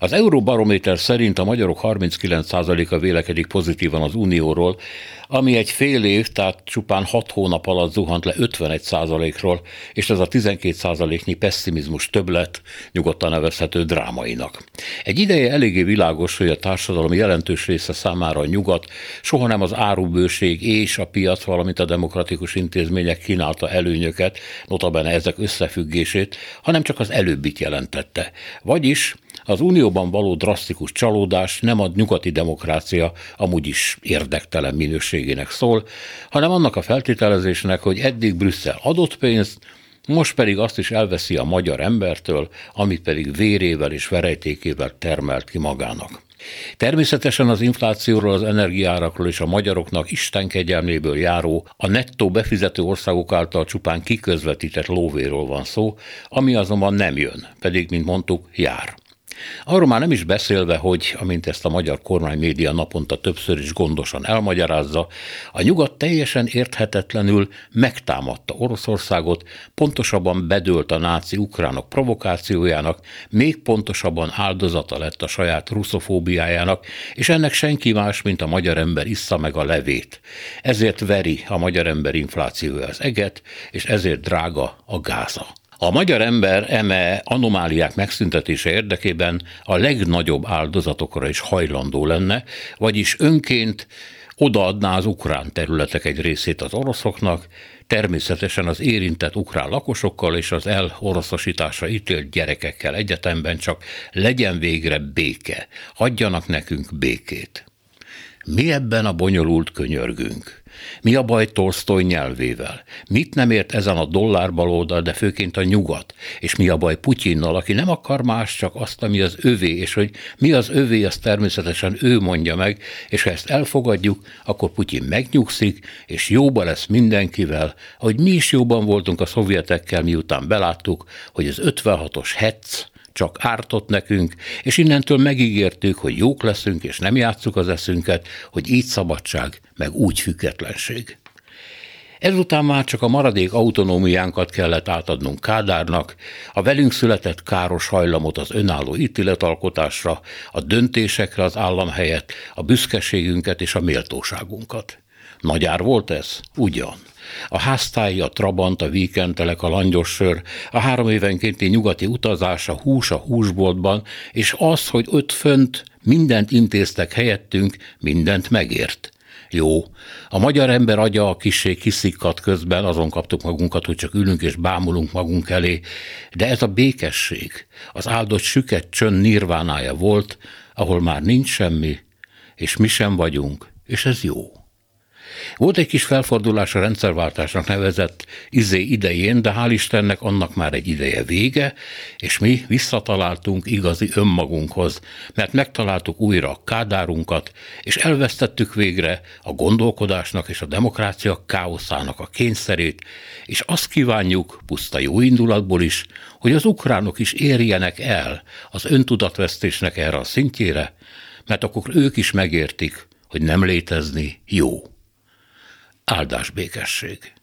Az Euróbarométer szerint a magyarok 39%-a vélekedik pozitívan az Unióról, ami egy fél év, tehát csupán 6 hónap alatt zuhant le 51%-ról, és ez a 12%-nyi pessimizmus többlet nyugodtan nevezhető drámainak. Egy ideje eléggé világos, hogy a társadalom jelentős része számára a nyugat soha nem az árubőség és a piac, valamint a demokratikus intézmények kínálta előnyöket, notabene ezek összefüggését, hanem csak az előbbit jelentette. Vagyis az Unióban való drasztikus csalódás nem a nyugati demokrácia amúgy is érdektelen minőségének szól, hanem annak a feltételezésnek, hogy eddig Brüsszel adott pénzt, most pedig azt is elveszi a magyar embertől, amit pedig vérével és verejtékével termelt ki magának. Természetesen az inflációról, az energiárakról és a magyaroknak Isten kegyelméből járó, a nettó befizető országok által csupán kiközvetített lóvéről van szó, ami azonban nem jön, pedig, mint mondtuk, jár. Arról már nem is beszélve, hogy, amint ezt a magyar kormánymédia naponta többször is gondosan elmagyarázza, a nyugat teljesen érthetetlenül megtámadta Oroszországot, pontosabban bedőlt a náci ukránok provokációjának, még pontosabban áldozata lett a saját russzofóbiájának, és ennek senki más, mint a magyar ember issza meg a levét. Ezért veri a magyar ember inflációja az eget, és ezért drága a gáza. A magyar ember eme anomáliák megszüntetése érdekében a legnagyobb áldozatokra is hajlandó lenne, vagyis önként odaadná az ukrán területek egy részét az oroszoknak, természetesen az érintett ukrán lakosokkal és az eloroszosításra ítélt gyerekekkel egyetemben, csak legyen végre béke, adjanak nekünk békét. Mi ebben a bonyolult könyörgünk? Mi a baj Tolsztoj nyelvével? Mit nem ért ezen a dollárbaloldal, de főként a nyugat? És mi a baj Putyinnal, aki nem akar más, csak azt, ami az övé, és hogy mi az övé, azt természetesen ő mondja meg, és ha ezt elfogadjuk, akkor Putyin megnyugszik, és jóba lesz mindenkivel, ahogy mi is jóban voltunk a szovjetekkel, miután beláttuk, hogy az 56-os hetz csak ártott nekünk, és innentől megígértük, hogy jók leszünk, és nem játsszuk az eszünket, hogy így szabadság, meg úgy függetlenség. Ezután már csak a maradék autonómiánkat kellett átadnunk Kádárnak, a velünk született káros hajlamot az önálló ítéletalkotásra, a döntésekre az állam helyett, a büszkeségünket és a méltóságunkat. Nagy ár volt ez? Ugyan. A háztáji, a trabant, a víkentelek, a langyossör, a 3 évenkénti nyugati utazás, a hús a húsboltban, és az, hogy ott fönt mindent intéztek helyettünk, mindent megért. Jó, a magyar ember agya a kissé kiszikkadt közben, azon kaptuk magunkat, hogy csak ülünk és bámulunk magunk elé, de ez a békesség, az áldott süket csönd nirvánája volt, ahol már nincs semmi, és mi sem vagyunk, és ez jó. Volt egy kis felfordulás a rendszerváltásnak nevezett idején, de hál' Istennek annak már egy ideje vége, és mi visszataláltunk igazi önmagunkhoz, mert megtaláltuk újra a Kádárunkat, és elvesztettük végre a gondolkodásnak és a demokrácia káoszának a kényszerét, és azt kívánjuk, puszta jó indulatból is, hogy az ukránok is érjenek el az öntudatvesztésnek erre a szintjére, mert akkor ők is megértik, hogy nem létezni jó. Áldás békesség.